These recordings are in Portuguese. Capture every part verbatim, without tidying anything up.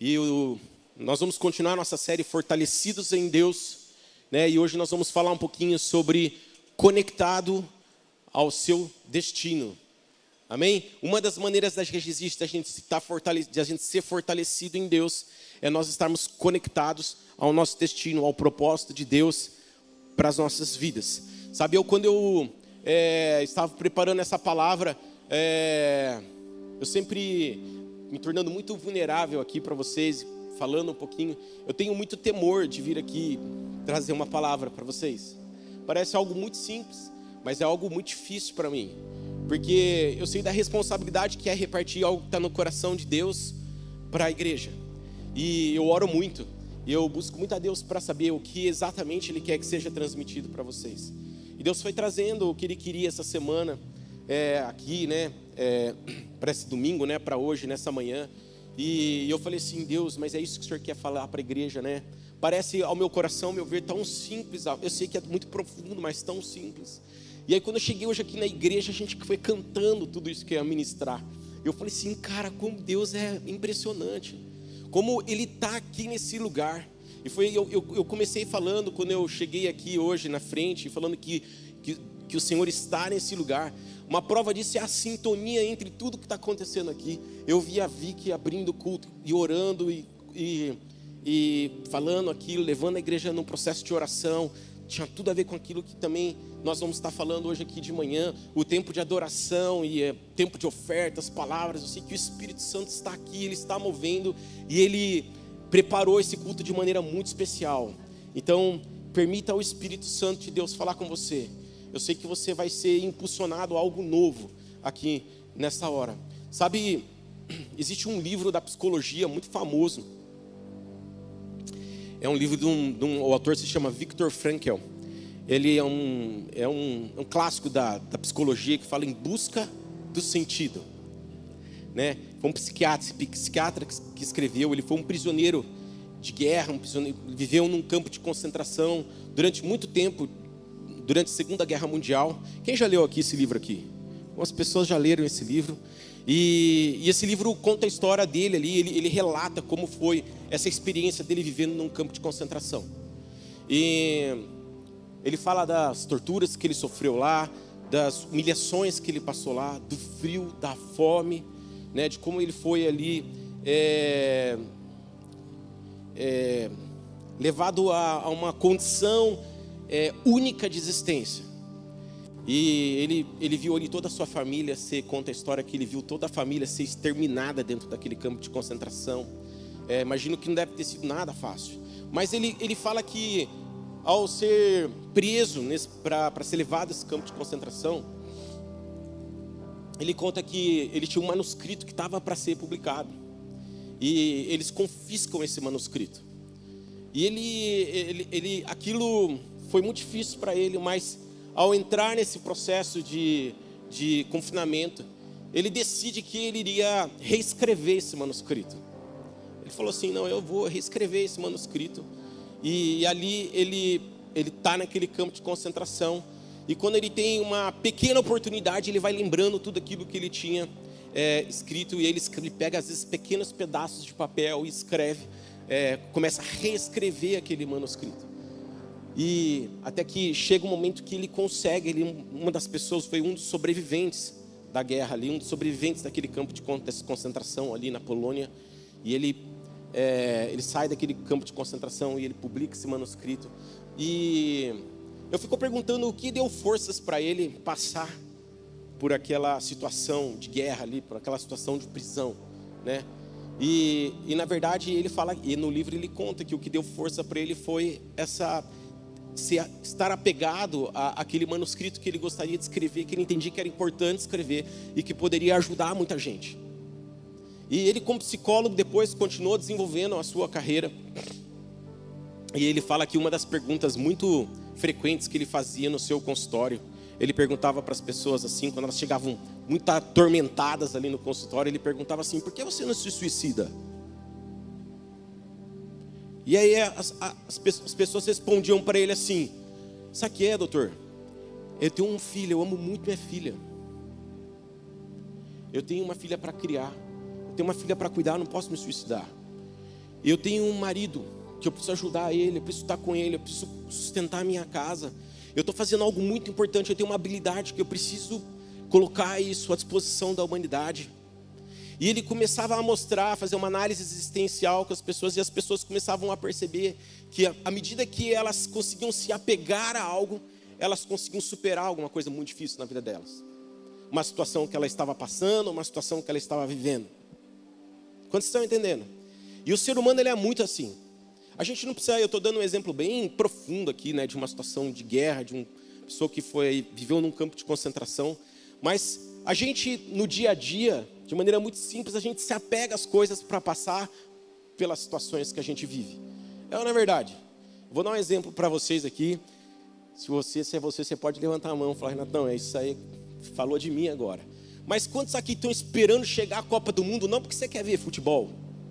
E o, nós vamos continuar nossa série Fortalecidos em Deus, né? E hoje nós vamos falar um pouquinho sobre conectado ao seu destino. Amém? Uma das maneiras da gente, da gente, estar fortalecido, de a gente ser fortalecido em Deus é nós estarmos conectados ao nosso destino, ao propósito de Deus para as nossas vidas. Sabe, eu quando eu é, estava preparando essa palavra, é, eu sempre me tornando muito vulnerável aqui para vocês, falando um pouquinho. Eu tenho muito temor de vir aqui trazer uma palavra para vocês. Parece algo muito simples, mas é algo muito difícil para mim. Porque eu sei da responsabilidade que é repartir algo que está no coração de Deus para a igreja. E eu oro muito, e eu busco muito a Deus para saber o que exatamente Ele quer que seja transmitido para vocês. E Deus foi trazendo o que Ele queria essa semana, é, aqui, né, é, para esse domingo, né, para hoje, nessa manhã. E eu falei assim, Deus, mas é isso que o Senhor quer falar para a igreja, né? Parece ao meu coração, ao meu ver, tão simples. Eu sei que é muito profundo, mas tão simples. E aí quando eu cheguei hoje aqui na igreja, a gente foi cantando tudo isso que eu ia ministrar. Eu falei assim, cara, como Deus é impressionante. Como Ele está aqui nesse lugar. E foi, eu, eu, eu comecei falando, quando eu cheguei aqui hoje na frente, falando que, que, que o Senhor está nesse lugar. Uma prova disso é a sintonia entre tudo que está acontecendo aqui. Eu vi a Vicky abrindo o culto e orando e, e, e falando aquilo, levando a igreja num processo de oração. Tinha tudo a ver com aquilo que também nós vamos estar falando hoje aqui de manhã. O tempo de adoração e é, tempo de ofertas, palavras. Eu sei que o Espírito Santo está aqui, Ele está movendo. E Ele preparou esse culto de maneira muito especial. Então, permita ao Espírito Santo de Deus falar com você. Eu sei que você vai ser impulsionado a algo novo aqui nessa hora. Sabe, existe um livro da psicologia muito famoso. É um livro de um, de um o autor se chama Viktor Frankl. Ele é um, é um, é um clássico da, da psicologia que fala em busca do sentido, né? Foi um psiquiatra, psiquiatra que escreveu. Ele foi um prisioneiro de guerra, um prisioneiro, viveu num campo de concentração durante muito tempo, durante a Segunda Guerra Mundial. Quem já leu aqui esse livro aqui? Algumas pessoas já leram esse livro. E, e esse livro conta a história dele ali, ele, ele relata como foi essa experiência dele vivendo num campo de concentração. E ele fala das torturas que ele sofreu lá, das humilhações que ele passou lá, do frio, da fome, né, de como ele foi ali é, é, levado a, a uma condição é, única de existência. E ele, ele viu ali toda a sua família, ser, conta a história que ele viu toda a família ser exterminada dentro daquele campo de concentração. É, imagino que não deve ter sido nada fácil. Mas ele, ele fala que ao ser preso para ser levado a esse campo de concentração, ele conta que ele tinha um manuscrito que estava para ser publicado. E eles confiscam esse manuscrito. E ele, ele, ele, aquilo foi muito difícil para ele, mas ao entrar nesse processo de, de confinamento, ele decide que ele iria reescrever esse manuscrito. Ele falou assim, não, eu vou reescrever esse manuscrito. E, e ali ele ele está naquele campo de concentração. E quando ele tem uma pequena oportunidade, ele vai lembrando tudo aquilo que ele tinha é, escrito. E ele, ele pega às vezes pequenos pedaços de papel e escreve, é, começa a reescrever aquele manuscrito. E até que chega um momento que ele consegue, ele, uma das pessoas foi um dos sobreviventes da guerra ali, um dos sobreviventes daquele campo de concentração ali na Polônia. E ele, é, ele sai daquele campo de concentração e ele publica esse manuscrito. E eu fico perguntando o que deu forças para ele passar por aquela situação de guerra ali, por aquela situação de prisão, né? E, e na verdade ele fala, e no livro ele conta que o que deu força para ele foi essa... Se, estar apegado àquele manuscrito que ele gostaria de escrever, que ele entendia que era importante escrever e que poderia ajudar muita gente. E ele, como psicólogo, depois continuou desenvolvendo a sua carreira. E ele fala que uma das perguntas muito frequentes que ele fazia no seu consultório, ele perguntava para as pessoas assim, quando elas chegavam muito atormentadas ali no consultório, ele perguntava assim, por que você não se suicida? E aí as, as pessoas respondiam para ele assim, sabe o que é, doutor? Eu tenho um filho, eu amo muito minha filha. Eu tenho uma filha para criar. Eu tenho uma filha para cuidar, eu não posso me suicidar. Eu tenho um marido que eu preciso ajudar ele, eu preciso estar com ele, eu preciso sustentar a minha casa. Eu estou fazendo algo muito importante, eu tenho uma habilidade que eu preciso colocar isso à disposição da humanidade. E ele começava a mostrar, a fazer uma análise existencial com as pessoas, e as pessoas começavam a perceber que à medida que elas conseguiam se apegar a algo, elas conseguiam superar alguma coisa muito difícil na vida delas. Uma situação que ela estava passando, uma situação que ela estava vivendo. Quantos estão entendendo? E o ser humano, ele é muito assim. A gente não precisa, eu estou dando um exemplo bem profundo aqui, né, de uma situação de guerra, de uma pessoa que foi, viveu num campo de concentração. Mas a gente, no dia a dia, de maneira muito simples, a gente se apega às coisas para passar pelas situações que a gente vive. É ou não é verdade? Vou dar um exemplo para vocês aqui. Se você, se é você, você pode levantar a mão e falar, Renatão, é isso aí, falou de mim agora. Mas quantos aqui estão esperando chegar a Copa do Mundo, não porque você quer ver futebol,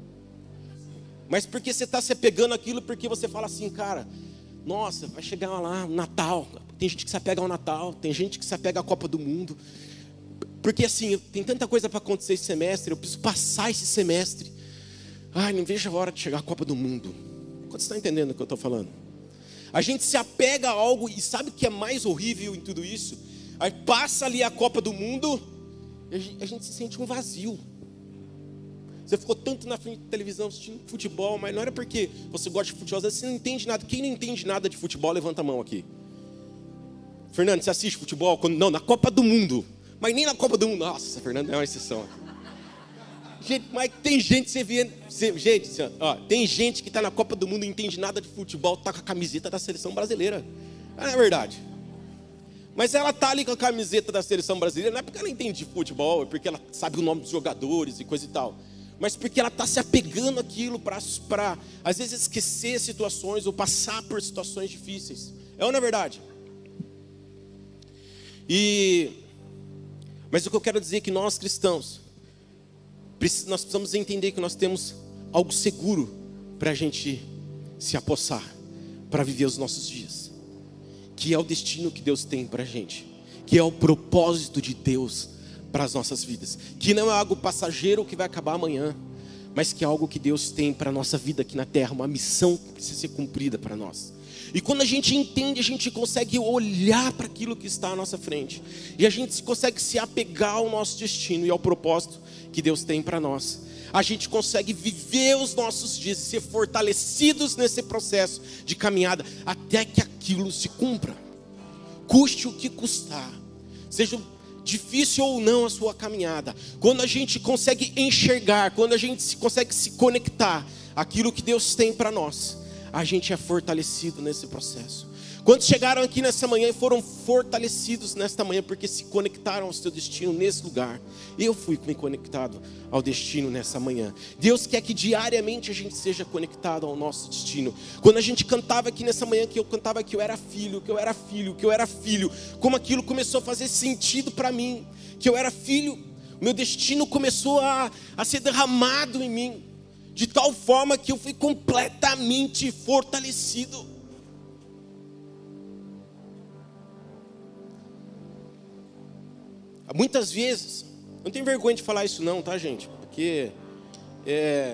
mas porque você está se apegando àquilo, porque você fala assim, cara, nossa, vai chegar lá o Natal. Tem gente que se apega ao Natal, tem gente que se apega à Copa do Mundo. Porque assim, tem tanta coisa para acontecer esse semestre, eu preciso passar esse semestre. Ai, não vejo a hora de chegar a Copa do Mundo. Quantos estão entendendo o que eu estou falando? A gente se apega a algo, e sabe o que é mais horrível em tudo isso? Aí passa ali a Copa do Mundo, e a gente se sente um vazio. Você ficou tanto na frente da televisão assistindo futebol, mas não era porque você gosta de futebol, às vezes você não entende nada. Quem não entende nada de futebol, levanta a mão aqui. Fernando, você assiste futebol? Quando, não, na Copa do Mundo. Mas nem na Copa do Mundo. Nossa, Fernando é uma exceção. Gente, mas tem gente, você vê, você, gente, ó, tem gente que está na Copa do Mundo e não entende nada de futebol, está com a camiseta da seleção brasileira. Não é verdade? Mas ela está ali com a camiseta da seleção brasileira, não é porque ela entende de futebol, é porque ela sabe o nome dos jogadores e coisa e tal. Mas porque ela está se apegando àquilo para, às vezes, esquecer situações ou passar por situações difíceis. É ou não é verdade? E, mas o que eu quero dizer é que nós, cristãos, nós precisamos entender que nós temos algo seguro para a gente se apossar, para viver os nossos dias. Que é o destino que Deus tem para a gente. Que é o propósito de Deus para as nossas vidas, que não é algo passageiro que vai acabar amanhã, mas que é algo que Deus tem para a nossa vida aqui na terra, uma missão que precisa ser cumprida para nós. E quando a gente entende, a gente consegue olhar para aquilo que está à nossa frente, e a gente consegue se apegar ao nosso destino e ao propósito que Deus tem para nós. A gente consegue viver os nossos dias e ser fortalecidos nesse processo de caminhada até que aquilo se cumpra, custe o que custar, seja difícil ou não a sua caminhada. Quando a gente consegue enxergar, quando a gente consegue se conectar àquilo que Deus tem para nós, a gente é fortalecido nesse processo. Quantos chegaram aqui nessa manhã e foram fortalecidos nesta manhã porque se conectaram ao seu destino nesse lugar? Eu fui me conectado ao destino nessa manhã. Deus quer que diariamente a gente seja conectado ao nosso destino. Quando a gente cantava aqui nessa manhã, que eu cantava que eu era filho, que eu era filho, que eu era filho, como aquilo começou a fazer sentido para mim, que eu era filho, meu destino começou a, a ser derramado em mim, de tal forma que eu fui completamente fortalecido. Muitas vezes, não tenho vergonha de falar isso não, tá, gente? Porque é,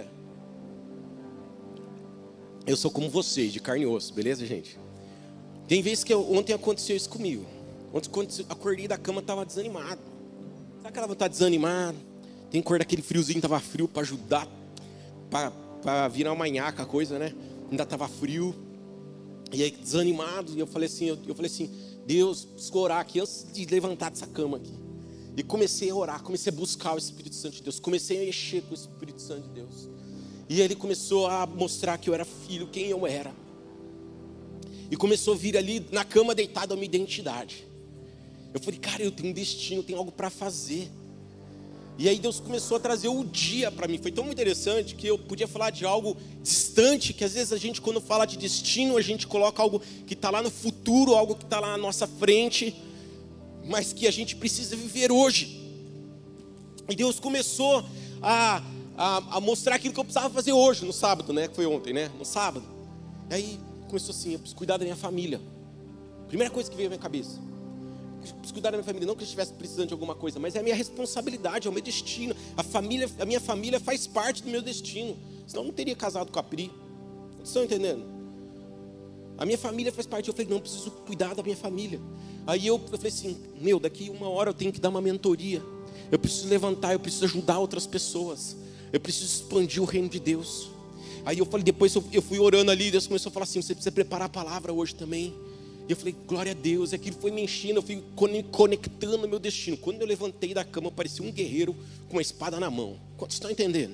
eu sou como vocês, de carne e osso, beleza, gente? Tem vezes que eu, ontem aconteceu isso comigo. Ontem quando acordei da cama, estava desanimado. Sabe aquela vontade desanimada? Tem que acordar aquele friozinho, estava frio para ajudar, para virar uma manhaca a coisa, né? Ainda estava frio. E aí desanimado, e eu falei assim, eu, eu falei assim, Deus, preciso orar aqui antes de levantar dessa cama aqui. E comecei a orar, comecei a buscar o Espírito Santo de Deus, comecei a mexer com o Espírito Santo de Deus. E ele começou a mostrar que eu era filho, quem eu era. E começou a vir ali na cama deitado a minha identidade. Eu falei, cara, eu tenho um destino, eu tenho algo para fazer. E aí Deus começou a trazer o dia para mim. Foi tão interessante que eu podia falar de algo distante, que às vezes a gente, quando fala de destino, a gente coloca algo que está lá no futuro, algo que está lá na nossa frente, mas que a gente precisa viver hoje. E Deus começou a, a, a mostrar aquilo que eu precisava fazer hoje, no sábado, né? Que foi ontem, né? No sábado. E aí começou assim, eu preciso cuidar da minha família. Primeira coisa que veio à minha cabeça. Eu preciso cuidar da minha família, não que eu estivesse precisando de alguma coisa, mas é a minha responsabilidade, é o meu destino. A família, a minha família faz parte do meu destino. Senão eu não teria casado com a Pri. Vocês estão entendendo? A minha família faz parte. Eu falei, não, eu preciso cuidar da minha família. Aí eu, eu falei assim, meu, daqui uma hora eu tenho que dar uma mentoria. Eu preciso levantar, eu preciso ajudar outras pessoas. Eu preciso expandir o reino de Deus. Aí eu falei, depois eu, eu fui orando ali, Deus começou a falar assim, você precisa preparar a palavra hoje também. E eu falei, glória a Deus, aquilo foi me enchendo, eu fui conectando o meu destino. Quando eu levantei da cama, parecia um guerreiro com uma espada na mão. Quantos estão entendendo?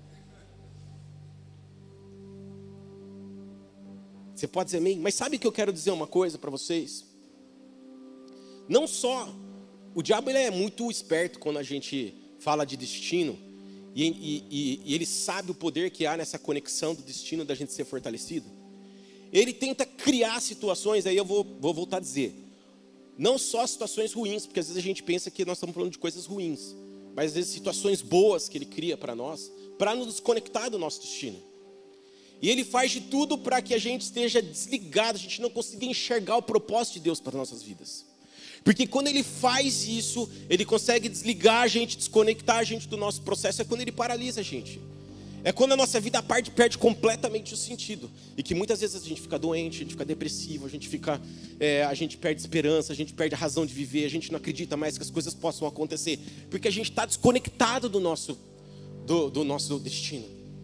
Você pode dizer amém? Mas sabe que eu quero dizer uma coisa para vocês? Não só, o diabo ele é muito esperto quando a gente fala de destino, e, e, e, e ele sabe o poder que há nessa conexão do destino da gente ser fortalecido. Ele tenta criar situações, aí eu vou, vou voltar a dizer, não só situações ruins, porque às vezes a gente pensa que nós estamos falando de coisas ruins, mas às vezes situações boas que ele cria para nós, para nos desconectar do nosso destino. E ele faz de tudo para que a gente esteja desligado, a gente não consiga enxergar o propósito de Deus para as nossas vidas. Porque quando ele faz isso, ele consegue desligar a gente, desconectar a gente do nosso processo, é quando ele paralisa a gente. É quando a nossa vida parte, perde completamente o sentido. E que muitas vezes a gente fica doente, a gente fica depressivo, a gente, fica, é, a gente perde esperança, a gente perde a razão de viver, a gente não acredita mais que as coisas possam acontecer. Porque a gente está desconectado do nosso, do, do nosso destino.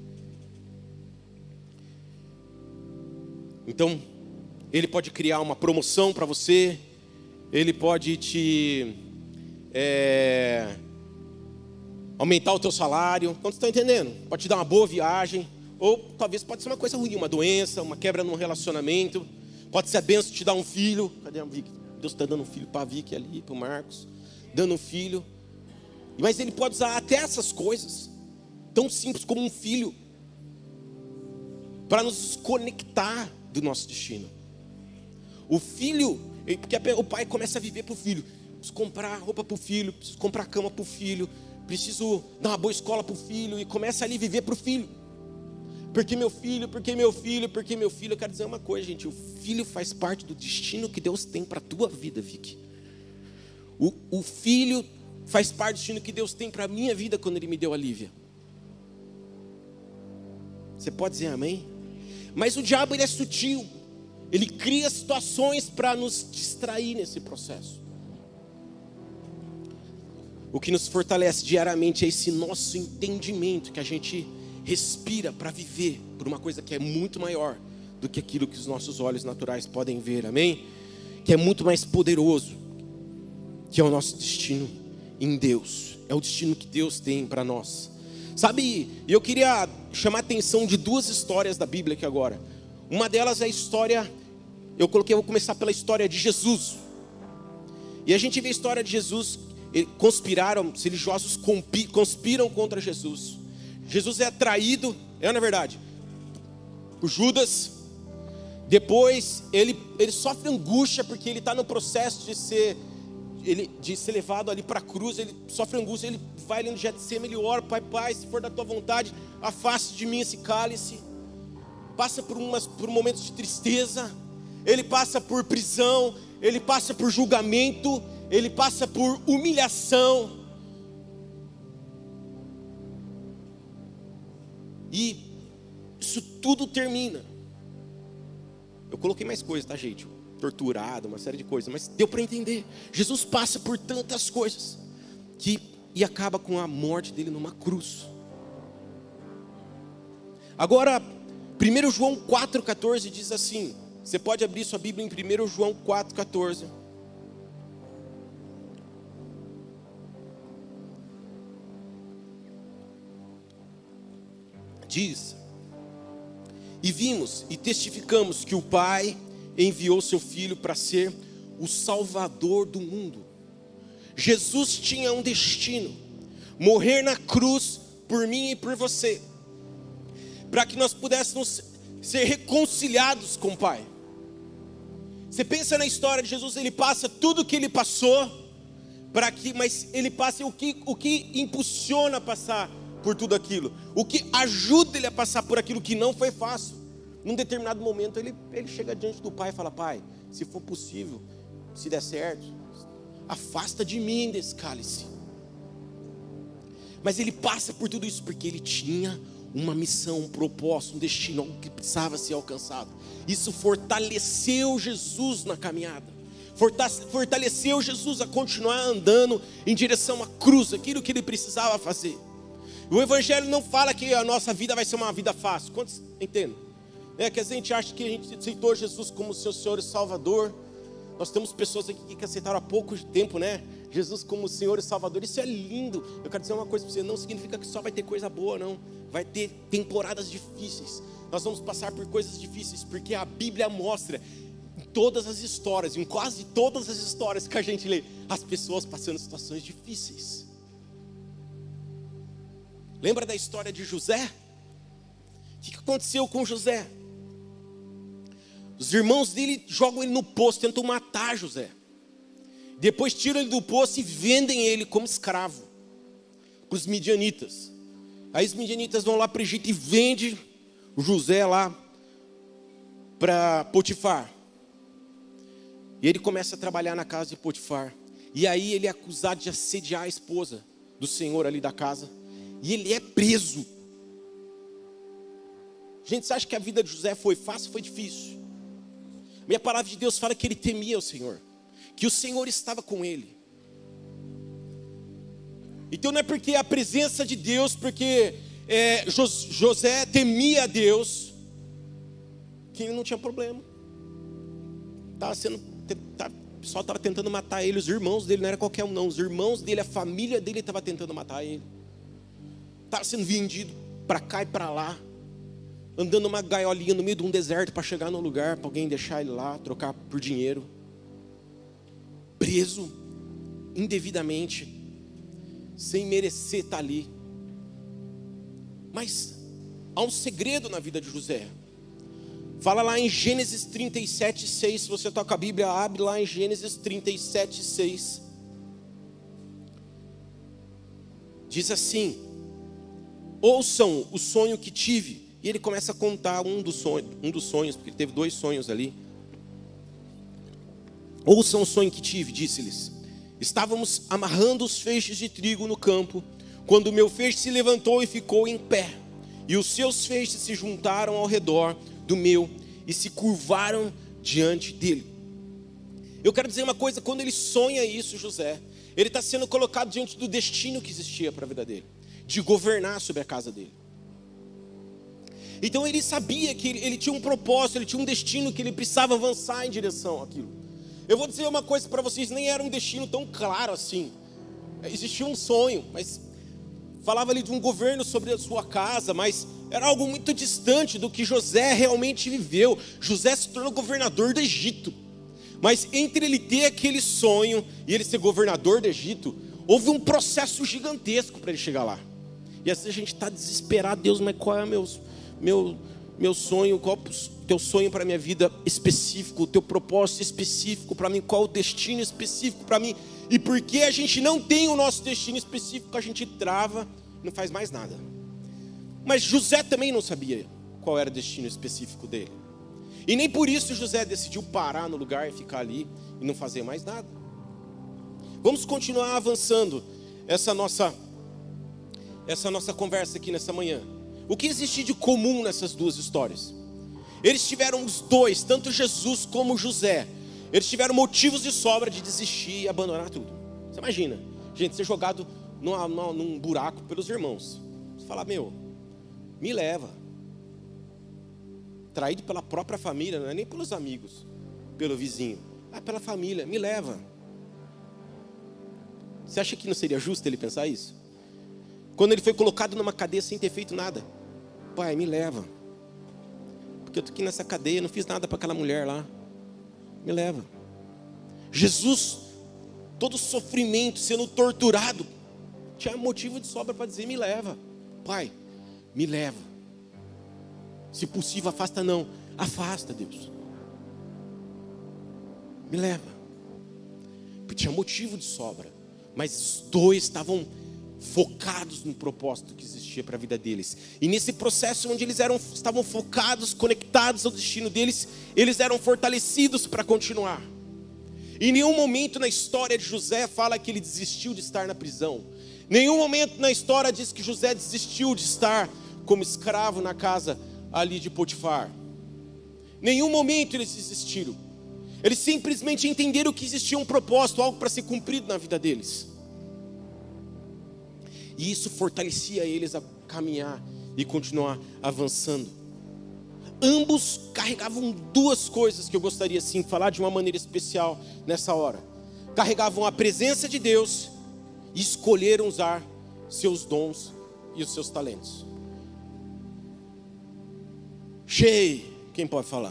Então, ele pode criar uma promoção para você, ele pode te é, aumentar o teu salário, então você está entendendo? Pode te dar uma boa viagem, ou talvez pode ser uma coisa ruim, uma doença, uma quebra num relacionamento, pode ser a bênção de te dar um filho. Cadê a Vicky? Deus está dando um filho para a Vicky ali, para o Marcos, dando um filho. Mas ele pode usar até essas coisas, tão simples como um filho, para nos desconectar do nosso destino. O filho, porque o pai começa a viver para o filho. Preciso comprar roupa para o filho, preciso comprar cama para o filho, preciso dar uma boa escola para o filho, e começa ali a viver para o filho. Porque meu filho, porque meu filho, porque meu filho. Eu quero dizer uma coisa, gente, o filho faz parte do destino que Deus tem para a tua vida, Vicky. O, o filho faz parte do destino que Deus tem para a minha vida quando Ele me deu a Lívia. Você pode dizer amém? Mas o diabo, ele é sutil. Ele cria situações para nos distrair nesse processo. O que nos fortalece diariamente é esse nosso entendimento, que a gente respira para viver por uma coisa que é muito maior do que aquilo que os nossos olhos naturais podem ver, amém? Que é muito mais poderoso, que é o nosso destino em Deus. É o destino que Deus tem para nós. Sabe, eu queria chamar a atenção de duas histórias da Bíblia aqui agora. Uma delas é a história, eu coloquei, eu vou começar pela história de Jesus. E a gente vê a história de Jesus, conspiraram, os religiosos conspiram contra Jesus. Jesus é traído, é na verdade, por Judas. Depois ele, ele sofre angústia porque ele está no processo de ser... Ele, de ser levado ali para a cruz, ele sofre angústia, ele vai ali no Getsemane, ele ora, pai, pai, se for da tua vontade, afaste de mim esse cálice. Passa por, umas, por momentos de tristeza, ele passa por prisão, ele passa por julgamento, ele passa por humilhação. E isso tudo termina. Eu coloquei mais coisas, tá, gente? Torturado, uma série de coisas, mas deu para entender. Jesus passa por tantas coisas que, e acaba com a morte dele numa cruz. Agora, primeiro João quatro, catorze diz assim, você pode abrir sua Bíblia em primeiro João quatro, catorze. Diz: e vimos e testificamos que o Pai enviou seu Filho para ser o Salvador do mundo. Jesus tinha um destino: morrer na cruz por mim e por você, para que nós pudéssemos ser reconciliados com o Pai. Você pensa na história de Jesus, ele passa tudo o que ele passou, para que, mas ele passa o que, o que impulsiona a passar por tudo aquilo, o que ajuda ele a passar por aquilo que não foi fácil. Num determinado momento ele, ele chega diante do Pai e fala: Pai, se for possível, se der certo, afasta de mim desse cálice. Mas ele passa por tudo isso porque ele tinha uma missão, um propósito, um destino, algo que precisava ser alcançado. Isso fortaleceu Jesus na caminhada, fortaleceu Jesus a continuar andando em direção à cruz, aquilo que ele precisava fazer. O Evangelho não fala que a nossa vida vai ser uma vida fácil. Quantos entendem? É que a gente acha que a gente aceitou Jesus como seu Senhor e Salvador. Nós temos pessoas aqui que aceitaram há pouco tempo, né? Jesus como Senhor e Salvador. Isso é lindo. Eu quero dizer uma coisa para você: não significa que só vai ter coisa boa, não. Vai ter temporadas difíceis. Nós vamos passar por coisas difíceis, porque a Bíblia mostra em todas as histórias, em quase todas as histórias que a gente lê, as pessoas passando situações difíceis. Lembra da história de José? O que aconteceu com José? Os irmãos dele jogam ele no poço, tentam matar José. Depois tiram ele do poço e vendem ele como escravo para os midianitas. Aí os midianitas vão lá para o Egito e vendem o José lá para Potifar. E ele começa a trabalhar na casa de Potifar. E aí ele é acusado de assediar a esposa do senhor ali da casa. E ele é preso. Gente, você acha que a vida de José foi fácil? Foi difícil. Minha palavra de Deus fala que ele temia o Senhor, que o Senhor estava com ele. Então não é porque a presença de Deus, porque é, José temia a Deus, que ele não tinha problema. Tava sendo, tava, o pessoal estava tentando matar ele, os irmãos dele, não era qualquer um não, os irmãos dele, a família dele estava tentando matar ele. Estava sendo vendido para cá e para lá, andando numa gaiolinha no meio de um deserto para chegar num lugar, para alguém deixar ele lá, trocar por dinheiro. Preso indevidamente, sem merecer estar ali. Mas há um segredo na vida de José. Fala lá em Gênesis trinta e sete, seis. Se você toca a Bíblia, abre lá em Gênesis trinta e sete, seis. Diz assim: ouçam o sonho que tive. E ele começa a contar um dos sonhos, um dos sonhos, porque ele teve dois sonhos ali. Ouçam o sonho que tive, disse-lhes: estávamos amarrando os feixes de trigo no campo, quando o meu feixe se levantou e ficou em pé, e os seus feixes se juntaram ao redor do meu e se curvaram diante dele. Eu quero dizer uma coisa: quando ele sonha isso, José, ele está sendo colocado diante do destino que existia para a vida dele, de governar sobre a casa dele. Então ele sabia que ele, ele tinha um propósito, ele tinha um destino, que ele precisava avançar em direção àquilo. Eu vou dizer uma coisa para vocês: nem era um destino tão claro assim. Existia um sonho, mas falava ali de um governo sobre a sua casa, mas era algo muito distante do que José realmente viveu. José se tornou governador do Egito, mas entre ele ter aquele sonho e ele ser governador do Egito, houve um processo gigantesco para ele chegar lá. E às vezes a gente está desesperado: Deus, mas qual é o meu, meu, meu sonho? Qual é o teu sonho para a minha vida específico? O teu propósito específico para mim? Qual é o destino específico para mim? E porque a gente não tem o nosso destino específico, a gente trava, não faz mais nada. Mas José também não sabia qual era o destino específico dele. E nem por isso José decidiu parar no lugar e ficar ali e não fazer mais nada. Vamos continuar avançando essa nossa, essa nossa conversa aqui nessa manhã. O que existe de comum nessas duas histórias? Eles tiveram os dois, tanto Jesus como José, eles tiveram motivos de sobra de desistir e abandonar tudo. Você imagina, gente, ser jogado numa, numa, num buraco pelos irmãos. Você fala: meu, me leva. Traído pela própria família, não é nem pelos amigos, pelo vizinho, é pela família, me leva. Você acha que não seria justo ele pensar isso? Quando ele foi colocado numa cadeia sem ter feito nada: pai, me leva, porque eu estou aqui nessa cadeia, não fiz nada para aquela mulher lá, me leva. Jesus, todo sofrimento, sendo torturado, tinha motivo de sobra para dizer: me leva, pai, me leva. Se possível, afasta não, afasta, Deus, me leva. Porque tinha motivo de sobra, mas os dois estavam focados no propósito que existia para a vida deles. E nesse processo onde eles eram, estavam focados, conectados ao destino deles, eles eram fortalecidos para continuar. Em nenhum momento na história de José fala que ele desistiu de estar na prisão. Nenhum momento na história diz que José desistiu de estar como escravo na casa ali de Potifar. Nenhum momento eles desistiram. Eles simplesmente entenderam que existia um propósito, algo para ser cumprido na vida deles. E isso fortalecia eles a caminhar e continuar avançando. Ambos carregavam duas coisas que eu gostaria sim falar de uma maneira especial nessa hora. Carregavam a presença de Deus e escolheram usar seus dons e os seus talentos. Cheio, quem pode falar?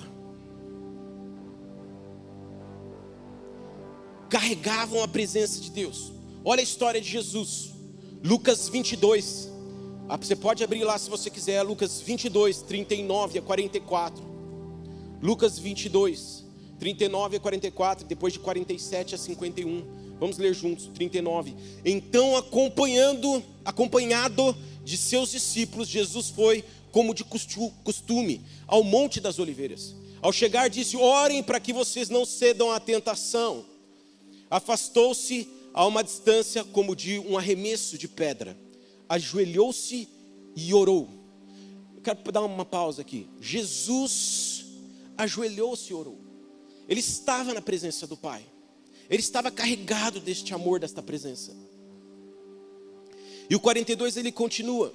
Carregavam a presença de Deus. Olha a história de Jesus, Lucas vinte e dois. Você pode abrir lá se você quiser, Lucas vinte e dois, trinta e nove a quarenta e quatro. Lucas vinte e dois, trinta e nove a quarenta e quatro, depois de quarenta e sete a cinquenta e um. Vamos ler juntos, trinta e nove. Então, acompanhando, acompanhado de seus discípulos, Jesus foi, como de costume, ao Monte das Oliveiras. Ao chegar, disse: orem para que vocês não cedam à tentação. Afastou-se a uma distância como de um arremesso de pedra. Ajoelhou-se e orou. Eu quero dar uma pausa aqui. Jesus ajoelhou-se e orou. Ele estava na presença do Pai. Ele estava carregado deste amor, desta presença. E o quarenta e dois ele continua: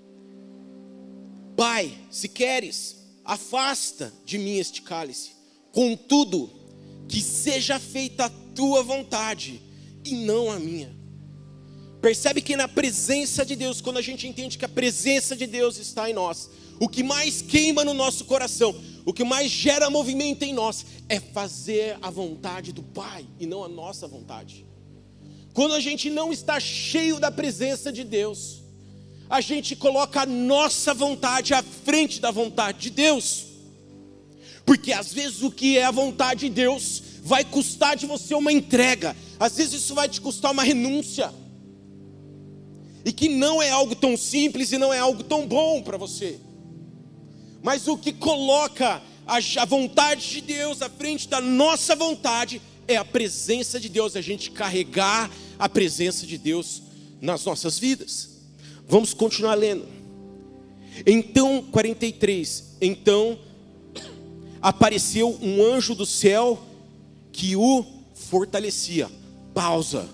Pai, se queres, afasta de mim este cálice. Contudo, que seja feita a tua vontade e não a minha. Percebe que na presença de Deus, quando a gente entende que a presença de Deus está em nós, o que mais queima no nosso coração, o que mais gera movimento em nós, é fazer a vontade do Pai e não a nossa vontade. Quando a gente não está cheio da presença de Deus, a gente coloca a nossa vontade à frente da vontade de Deus. Porque às vezes o que é a vontade de Deus vai custar de você uma entrega. Às vezes isso vai te custar uma renúncia. E que não é algo tão simples e não é algo tão bom para você. Mas o que coloca a, a vontade de Deus à frente da nossa vontade é a presença de Deus. A gente carregar a presença de Deus nas nossas vidas. Vamos continuar lendo. Então, quarenta e três. Então apareceu um anjo do céu que o fortalecia. Pausa.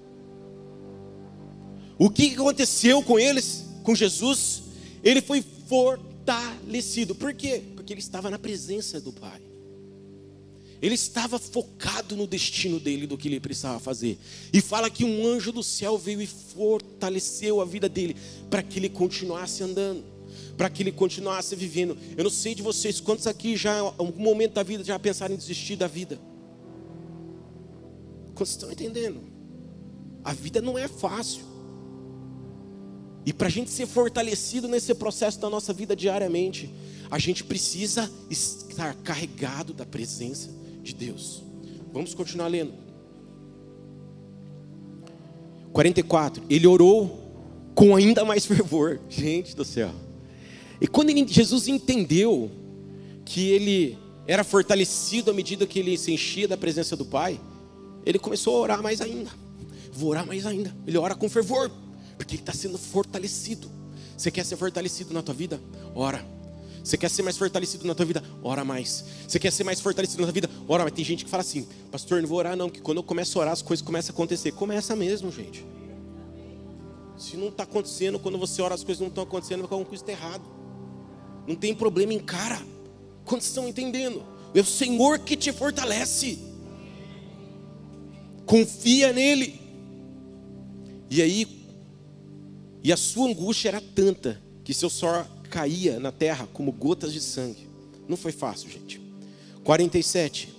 O que aconteceu com eles, com Jesus? Ele foi fortalecido. Por quê? Porque ele estava na presença do Pai. Ele estava focado no destino dele, do que ele precisava fazer. E fala que um anjo do céu veio e fortaleceu a vida dele, para que ele continuasse andando, para que ele continuasse vivendo. Eu não sei de vocês, quantos aqui já, em algum momento da vida, já pensaram em desistir da vida? Quantos estão entendendo? A vida não é fácil. E para a gente ser fortalecido nesse processo da nossa vida diariamente, a gente precisa estar carregado da presença de Deus. Vamos continuar lendo. quarenta e quatro. Ele orou com ainda mais fervor. Gente do céu. E quando ele, Jesus entendeu que ele era fortalecido à medida que ele se enchia da presença do Pai, ele começou a orar mais ainda. Vou orar mais ainda. Ele ora com fervor, porque ele está sendo fortalecido. Você quer ser fortalecido na tua vida? Ora. Você quer ser mais fortalecido na tua vida? Ora mais. Você quer ser mais fortalecido na tua vida? Ora mais. Tem gente que fala assim: pastor, não vou orar não, porque quando eu começo a orar as coisas começam a acontecer. Começa mesmo, gente. Se não está acontecendo, quando você ora as coisas não estão acontecendo, alguma coisa está errado. Não tem problema, encara. Quantos estão entendendo? É o Senhor que te fortalece. Confia nele. E aí, e a sua angústia era tanta que seu suor caía na terra como gotas de sangue. Não foi fácil, gente. quarenta e sete.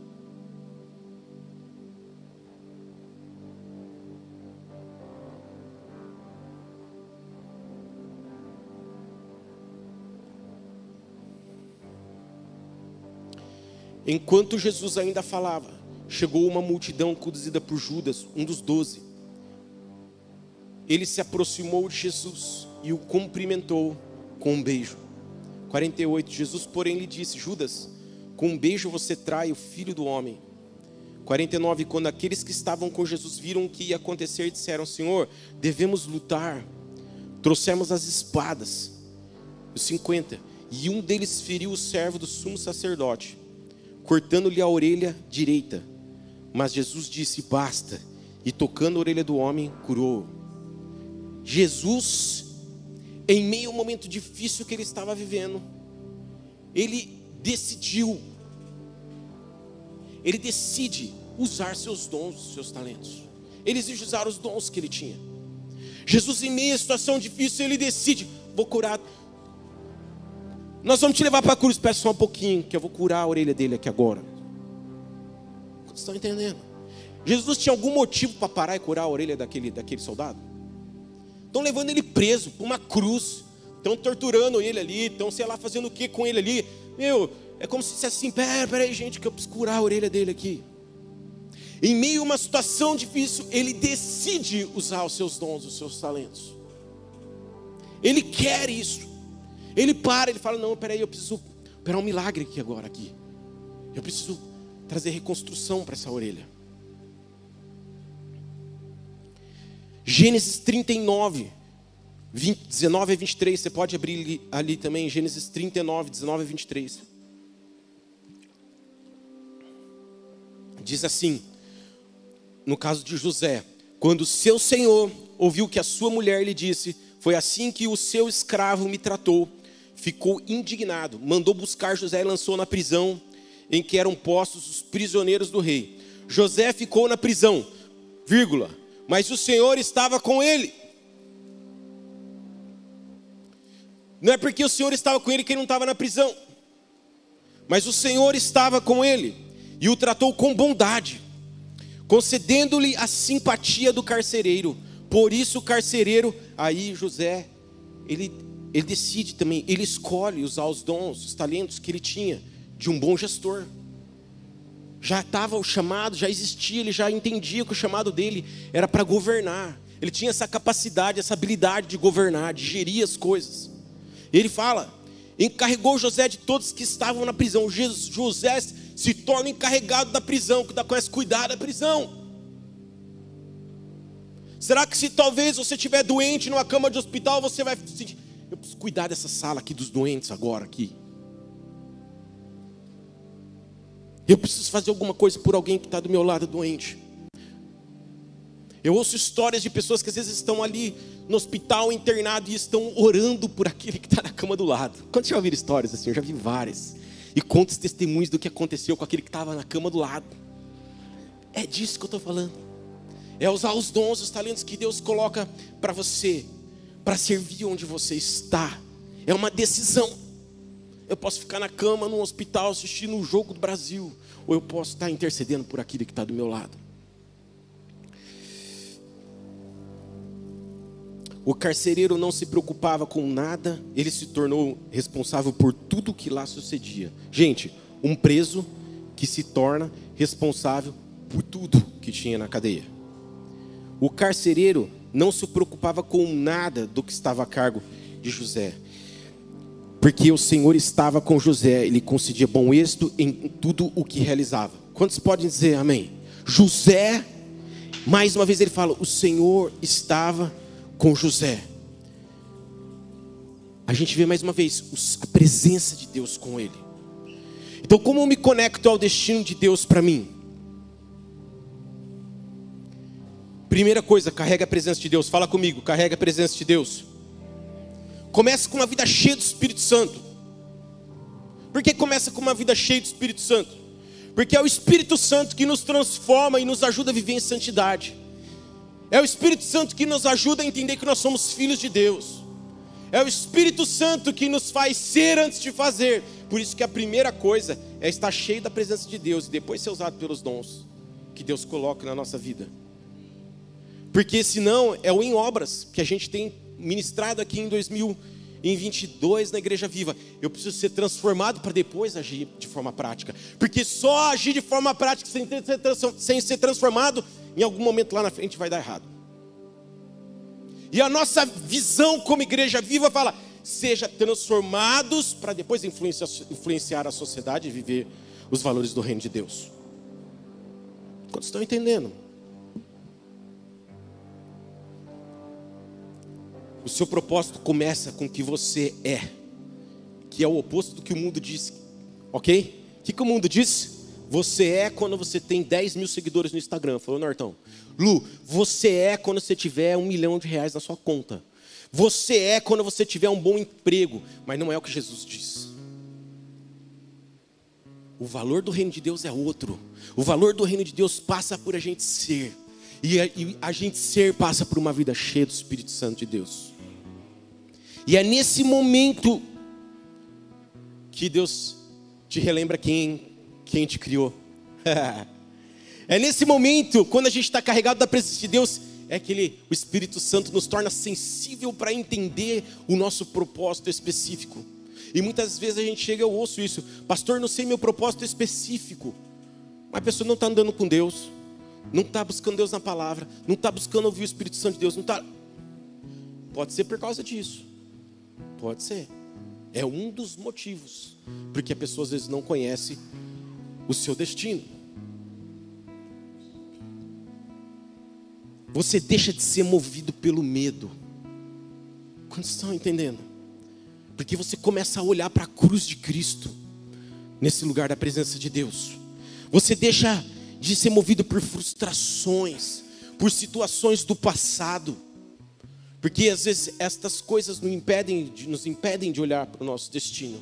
Enquanto Jesus ainda falava, chegou uma multidão conduzida por Judas, um dos doze. Ele se aproximou de Jesus e o cumprimentou com um beijo. quarenta e oito. Jesus, porém, lhe disse: Judas, com um beijo você trai o Filho do Homem. quarenta e nove. Quando aqueles que estavam com Jesus viram o que ia acontecer, disseram: Senhor, devemos lutar. Trouxemos as espadas. Os cinquenta. E um deles feriu o servo do sumo sacerdote, cortando-lhe a orelha direita. Mas Jesus disse: basta. E tocando a orelha do homem, curou. Jesus, em meio ao momento difícil que ele estava vivendo, ele decidiu, ele decide usar seus dons, seus talentos. Ele exige usar os dons que ele tinha. Jesus, em meio à situação difícil, ele decide: vou curar. Nós vamos te levar para a cruz, peça só um pouquinho, que eu vou curar a orelha dele aqui agora. Vocês estão entendendo? Jesus tinha algum motivo para parar e curar a orelha daquele, daquele soldado? Estão levando ele preso para uma cruz, estão torturando ele ali, estão sei lá fazendo o que com ele ali. Meu, é como se dissesse assim: pera, pera aí gente, que eu preciso curar a orelha dele aqui. Em meio a uma situação difícil, ele decide usar os seus dons, os seus talentos. Ele quer isso. Ele para, ele fala: não, peraí, eu preciso operar um milagre aqui agora aqui. Eu preciso trazer reconstrução para essa orelha. Gênesis trinta e nove, vinte, dezenove a vinte e três, você pode abrir ali, ali também, Gênesis trinta e nove, dezenove a vinte e três. Diz assim, no caso de José: quando seu senhor ouviu que a sua mulher lhe disse: foi assim que o seu escravo me tratou, ficou indignado, mandou buscar José e lançou na prisão em que eram postos os prisioneiros do rei. José ficou na prisão, vírgula, mas o Senhor estava com ele. Não é porque o Senhor estava com ele que ele não estava na prisão, mas o Senhor estava com ele e o tratou com bondade, concedendo-lhe a simpatia do carcereiro. Por isso o carcereiro, aí José, ele, ele decide também, ele escolhe usar os dons, os talentos que ele tinha de um bom gestor. Já estava o chamado, já existia, ele já entendia que o chamado dele era para governar. Ele tinha essa capacidade, essa habilidade de governar, de gerir as coisas. Ele fala: encarregou José de todos que estavam na prisão. José se torna encarregado da prisão, que começa a cuidar da prisão. Será que se talvez você estiver doente numa cama de hospital, você vai sentir: eu preciso cuidar dessa sala aqui dos doentes agora aqui. Eu preciso fazer alguma coisa por alguém que está do meu lado doente. Eu ouço histórias de pessoas que às vezes estão ali no hospital internado e estão orando por aquele que está na cama do lado. Quando você já ouviu histórias assim? Eu já vi várias. E conta os testemunhos do que aconteceu com aquele que estava na cama do lado. É disso que eu estou falando. É usar os dons, os talentos que Deus coloca para você, para servir onde você está. É uma decisão. Eu posso ficar na cama, num hospital, assistindo um jogo do Brasil, ou eu posso estar intercedendo por aquele que está do meu lado. O carcereiro não se preocupava com nada, ele se tornou responsável por tudo que lá sucedia. Gente, um preso que se torna responsável por tudo que tinha na cadeia. O carcereiro não se preocupava com nada do que estava a cargo de José, porque o Senhor estava com José, ele concedia bom êxito em tudo o que realizava. Quantos podem dizer amém? José, mais uma vez ele fala: o Senhor estava com José. A gente vê mais uma vez a presença de Deus com ele. Então, como eu me conecto ao destino de Deus para mim? Primeira coisa, carrega a presença de Deus. Fala comigo, carrega a presença de Deus. Começa com uma vida cheia do Espírito Santo. Por que começa com uma vida cheia do Espírito Santo? Porque é o Espírito Santo que nos transforma e nos ajuda a viver em santidade. É o Espírito Santo que nos ajuda a entender que nós somos filhos de Deus. É o Espírito Santo que nos faz ser antes de fazer. Por isso que a primeira coisa é estar cheio da presença de Deus e depois ser usado pelos dons que Deus coloca na nossa vida. Porque senão é o em obras que a gente tem ministrado aqui em dois mil e vinte e dois na Igreja Viva. Eu preciso ser transformado para depois agir de forma prática. Porque só agir de forma prática sem, ter, sem ser transformado, em algum momento lá na frente vai dar errado. E a nossa visão como Igreja Viva fala: seja transformados para depois influenciar, influenciar a sociedade e viver os valores do reino de Deus. Quantos estão entendendo? O seu propósito começa com o que você é. que é o oposto do que o mundo diz, ok? O que, que o mundo diz? Você é quando você tem dez mil seguidores no Instagram. Falou, Nortão. Lu, você é quando você tiver um milhão de reais na sua conta. Você é quando você tiver um bom emprego. Mas não é o que Jesus diz. O valor do reino de Deus é outro. O valor do reino de Deus passa por a gente ser. E a, e a gente ser passa por uma vida cheia do Espírito Santo de Deus. E é nesse momento que Deus te relembra quem, quem te criou. É nesse momento, quando a gente está carregado da presença de Deus, é que ele, o Espírito Santo nos torna sensível para entender o nosso propósito específico. E muitas vezes a gente chega, eu ouço isso, pastor, não sei meu propósito específico. Mas a pessoa não está andando com Deus, não está buscando Deus na palavra, não está buscando ouvir o Espírito Santo de Deus, não está. Pode ser por causa disso, pode ser. É um dos motivos, porque a pessoa às vezes não conhece o seu destino. Você deixa de ser movido pelo medo. Quantos estão entendendo? Porque você começa a olhar para a cruz de Cristo, nesse lugar da presença de Deus. Você deixa de ser movido por frustrações, por situações do passado. Porque às vezes estas coisas nos impedem de, nos impedem de olhar para o nosso destino.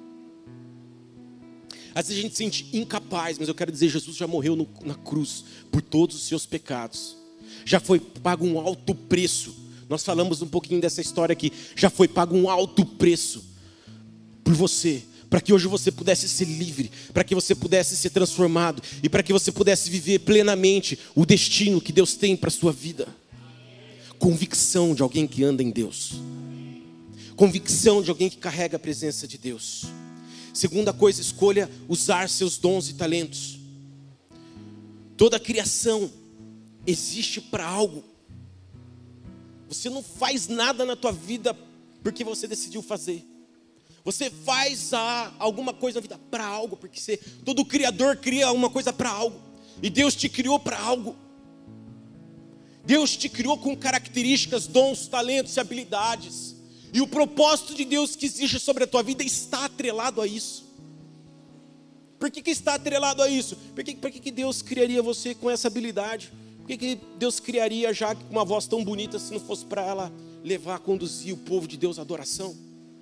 Às vezes a gente se sente incapaz, mas eu quero dizer, Jesus já morreu no, na cruz por todos os seus pecados. Já foi pago um alto preço. Nós falamos um pouquinho dessa história aqui. Já foi pago um alto preço por você, para que hoje você pudesse ser livre, para que você pudesse ser transformado e para que você pudesse viver plenamente o destino que Deus tem para a sua vida. Convicção de alguém que anda em Deus. Convicção de alguém que carrega a presença de Deus. Segunda coisa, escolha usar seus dons e talentos. Toda a criação existe para algo. Você não faz nada na tua vida porque você decidiu fazer. Você faz a, alguma coisa na vida para algo, porque você, todo criador cria alguma coisa para algo. E Deus te criou para algo. Deus te criou com características, dons, talentos e habilidades. E o propósito de Deus que existe sobre a tua vida está atrelado a isso. Por que, que está atrelado a isso? Por que, por que, que Deus criaria você com essa habilidade? Por que, que Deus criaria já com uma voz tão bonita se não fosse para ela levar, conduzir o povo de Deus à adoração?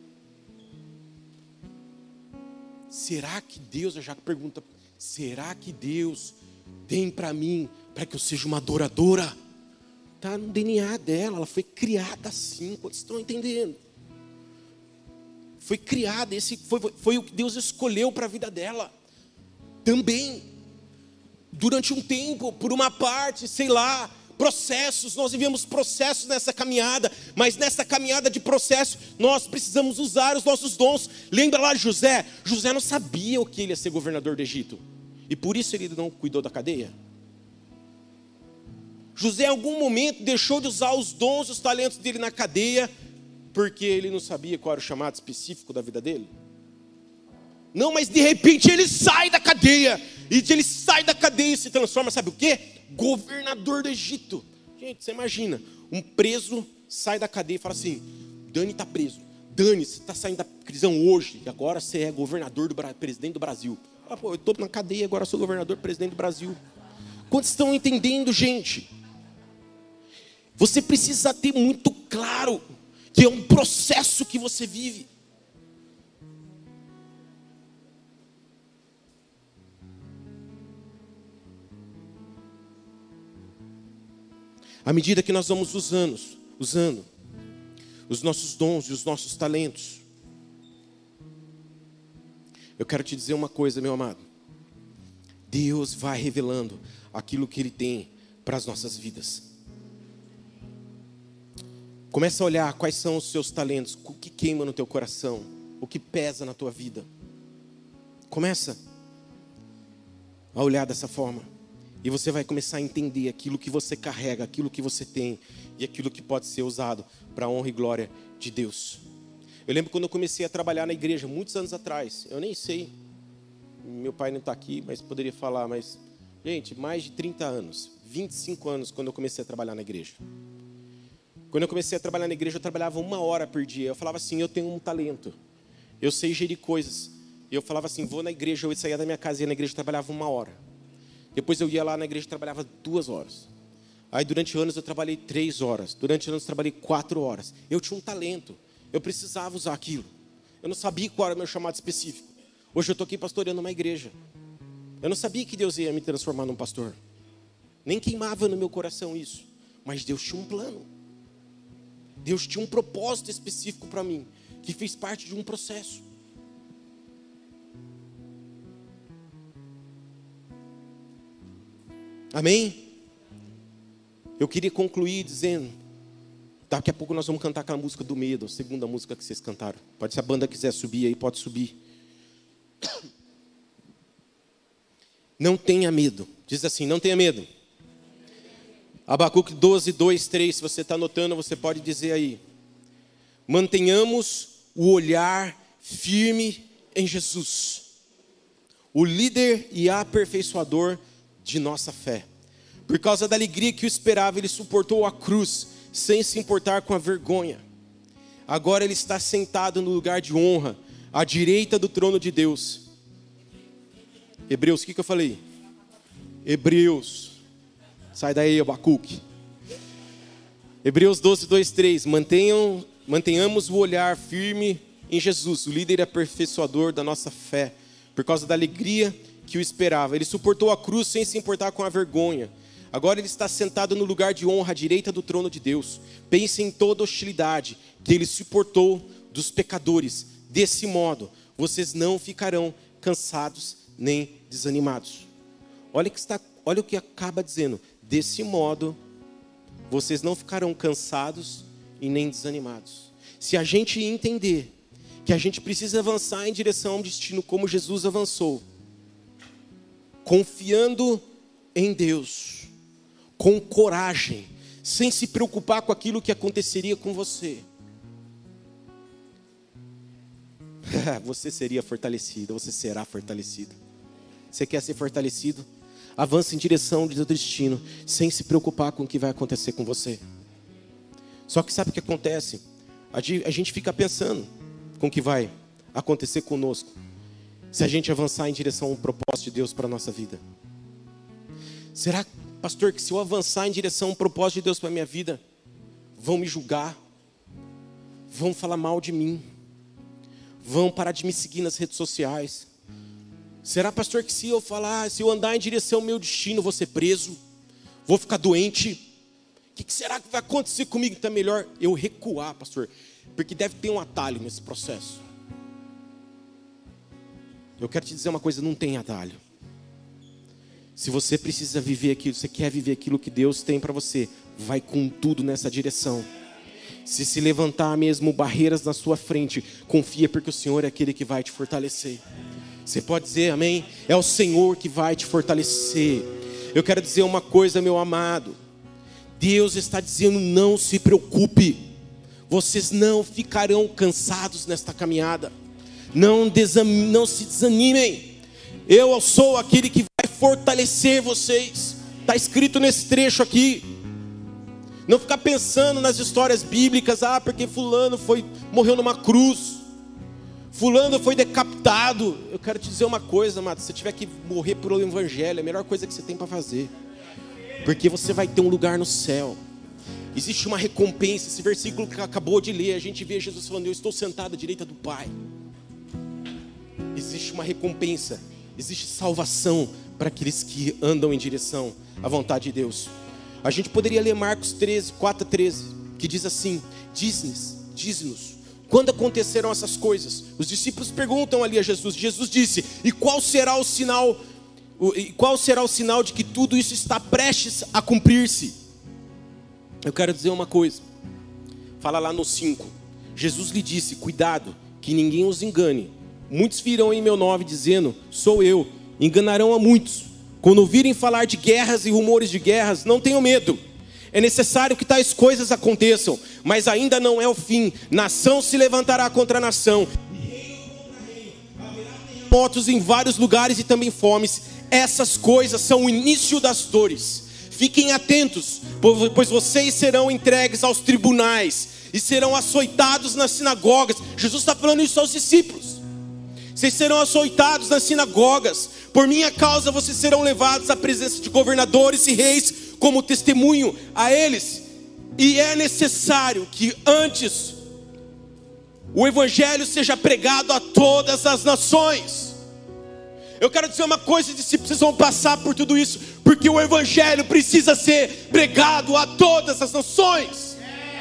Será que Deus, eu já pergunto, será que Deus tem para mim, para que eu seja uma adoradora? Está no D N A dela, ela foi criada assim, vocês estão entendendo? Foi criada, esse foi, foi o que Deus escolheu para a vida dela. Também, durante um tempo, por uma parte, sei lá, processos, nós vivemos processos nessa caminhada, mas nessa caminhada de processo, nós precisamos usar os nossos dons. Lembra lá José? José não sabia o que ele ia ser governador do Egito, e por isso ele não cuidou da cadeia. José em algum momento deixou de usar os dons e os talentos dele na cadeia, porque ele não sabia qual era o chamado específico da vida dele. Não, mas de repente ele sai da cadeia, e ele sai da cadeia e se transforma, sabe o quê? Governador do Egito. Gente, você imagina, um preso sai da cadeia e fala assim, Dani está preso, Dani, você está saindo da prisão hoje, e agora você é governador do Brasil, presidente do Brasil. Ah, pô, eu estou na cadeia, agora sou governador, presidente do Brasil. Quantos estão entendendo, gente? Você precisa ter muito claro que é um processo que você vive. À medida que nós vamos usando, usando os nossos dons e os nossos talentos, eu quero te dizer uma coisa, meu amado. Deus vai revelando aquilo que Ele tem para as nossas vidas. Começa a olhar quais são os seus talentos, o que queima no teu coração, o que pesa na tua vida. Começa a olhar dessa forma. E você vai começar a entender aquilo que você carrega, aquilo que você tem e aquilo que pode ser usado para a honra e glória de Deus. Eu lembro quando eu comecei a trabalhar na igreja, muitos anos atrás. Eu nem sei, meu pai não está aqui, mas poderia falar. Mas, gente, mais de trinta anos, vinte e cinco anos quando eu comecei a trabalhar na igreja. Quando eu comecei a trabalhar na igreja, eu trabalhava uma hora por dia. Eu falava assim, eu tenho um talento. eu sei gerir coisas. Eu falava assim, vou na igreja, eu saía da minha casa e ia na igreja, trabalhava uma hora. Depois eu ia lá na igreja e trabalhava duas horas. Aí durante anos eu trabalhei três horas. Durante anos eu trabalhei quatro horas. Eu tinha um talento. Eu precisava usar aquilo. Eu não sabia qual era o meu chamado específico. Hoje eu estou aqui pastoreando uma igreja. Eu não sabia que Deus ia me transformar num pastor. Nem queimava no meu coração isso. Mas Deus tinha um plano. Deus tinha um propósito específico para mim. Que fez parte de um processo. Amém? Eu queria concluir dizendo, daqui a pouco nós vamos cantar aquela música do medo, a segunda música que vocês cantaram. Pode, se a banda quiser subir aí, pode subir. Não tenha medo. Diz assim, não tenha medo. Abacuque doze, dois, três, se você está anotando, você pode dizer aí. Mantenhamos o olhar firme em Jesus, o líder e aperfeiçoador de nossa fé. Por causa da alegria que o esperava, ele suportou a cruz, sem se importar com a vergonha. Agora ele está sentado no lugar de honra, à direita do trono de Deus. Hebreus, o que, que eu falei? Hebreus. Sai daí, Abacuque. Hebreus doze, dois, três. Mantenham, mantenhamos o olhar firme em Jesus, o líder e aperfeiçoador da nossa fé. Por causa da alegria que o esperava. Ele suportou a cruz sem se importar com a vergonha. Agora ele está sentado no lugar de honra à direita do trono de Deus. Pense em toda a hostilidade que ele suportou dos pecadores. Desse modo, vocês não ficarão cansados nem desanimados. Olha, que está, olha o que acaba dizendo. Desse modo, vocês não ficarão cansados e nem desanimados. Se a gente entender que a gente precisa avançar em direção a um destino como Jesus avançou, confiando em Deus, com coragem, sem se preocupar com aquilo que aconteceria com você, você seria fortalecido, você será fortalecido. Você quer ser fortalecido? Avance em direção do seu destino, sem se preocupar com o que vai acontecer com você. Só que sabe o que acontece? A gente fica pensando com o que vai acontecer conosco, se a gente avançar em direção a um propósito de Deus para a nossa vida. Será, pastor, que se eu avançar em direção a um propósito de Deus para a minha vida, vão me julgar, vão falar mal de mim, vão parar de me seguir nas redes sociais? Será, pastor, que se eu falar, se eu andar em direção ao meu destino, vou ser preso, vou ficar doente? O que, que será que vai acontecer comigo? Então é melhor eu recuar, pastor, porque deve ter um atalho nesse processo. Eu quero te dizer uma coisa, não tem atalho. Se você precisa viver aquilo, você quer viver aquilo que Deus tem para você, vai com tudo nessa direção. Se se levantar mesmo barreiras na sua frente, confia, porque o Senhor é aquele que vai te fortalecer. Você pode dizer amém? É o Senhor que vai te fortalecer. Eu quero dizer uma coisa, meu amado. Deus está dizendo, não se preocupe. Vocês não ficarão cansados nesta caminhada. Não, desam, não se desanimem. Eu sou aquele que vai fortalecer vocês. Está escrito nesse trecho aqui. Não ficar pensando nas histórias bíblicas. Ah, porque fulano foi, morreu numa cruz. Fulano foi decapitado. Eu quero te dizer uma coisa, amado. Se você tiver que morrer pelo evangelho, é a melhor coisa que você tem para fazer. Porque você vai ter um lugar no céu. Existe uma recompensa. Esse versículo que acabou de ler, a gente vê Jesus falando, eu estou sentado à direita do Pai. Existe uma recompensa. Existe salvação para aqueles que andam em direção à vontade de Deus. A gente poderia ler Marcos treze, quatro a treze, que diz assim, diz-nos, diz-nos, quando aconteceram essas coisas? Os discípulos perguntam ali a Jesus. Jesus disse, e qual será o sinal, e qual será o sinal de que tudo isso está prestes a cumprir-se? Eu quero dizer uma coisa. Fala lá no cinco. Jesus lhe disse, cuidado, que ninguém os engane. Muitos virão em meu nome dizendo, sou eu. Enganarão a muitos. Quando ouvirem falar de guerras e rumores de guerras, não tenham medo. É necessário que tais coisas aconteçam, mas ainda não é o fim. Nação se levantará contra nação. E reino contra reino. Haverá terremotos em vários lugares e também fomes. Essas coisas são o início das dores. Fiquem atentos, pois vocês serão entregues aos tribunais e serão açoitados nas sinagogas. Jesus está falando isso aos discípulos. Vocês serão açoitados nas sinagogas. Por minha causa vocês serão levados à presença de governadores e reis como testemunho a eles. E é necessário que antes o evangelho seja pregado a todas as nações. Eu quero dizer uma coisa, discípulos, vocês vão passar por tudo isso, porque o evangelho precisa ser pregado a todas as nações.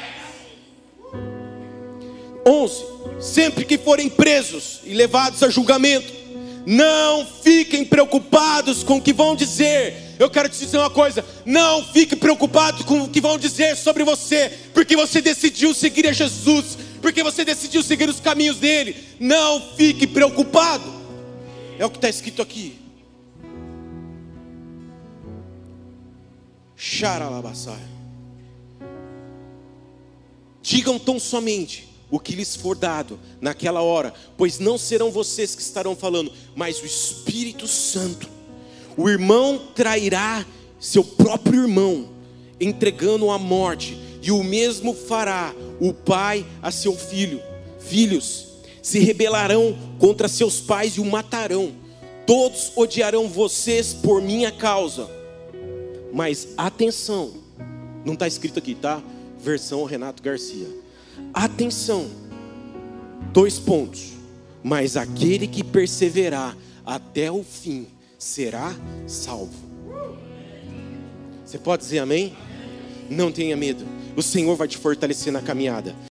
onze. Sempre que forem presos e levados a julgamento, não fiquem preocupados com o que vão dizer. Eu quero te dizer uma coisa: não fique preocupado com o que vão dizer sobre você, porque você decidiu seguir a Jesus, porque você decidiu seguir os caminhos dele. Não fique preocupado. É o que está escrito aqui. Xaralabaçai. Digam tão somente o que lhes for dado naquela hora, pois não serão vocês que estarão falando, mas o Espírito Santo. O irmão trairá seu próprio irmão, entregando-o à morte, e o mesmo fará o pai a seu filho. Filhos se rebelarão contra seus pais e o matarão. Todos odiarão vocês por minha causa. Mas atenção, não está escrito aqui, tá? Versão Renato Garcia. Atenção, dois pontos. Mas aquele que perseverar até o fim será salvo. Você pode dizer amém? Não tenha medo, o Senhor vai te fortalecer na caminhada.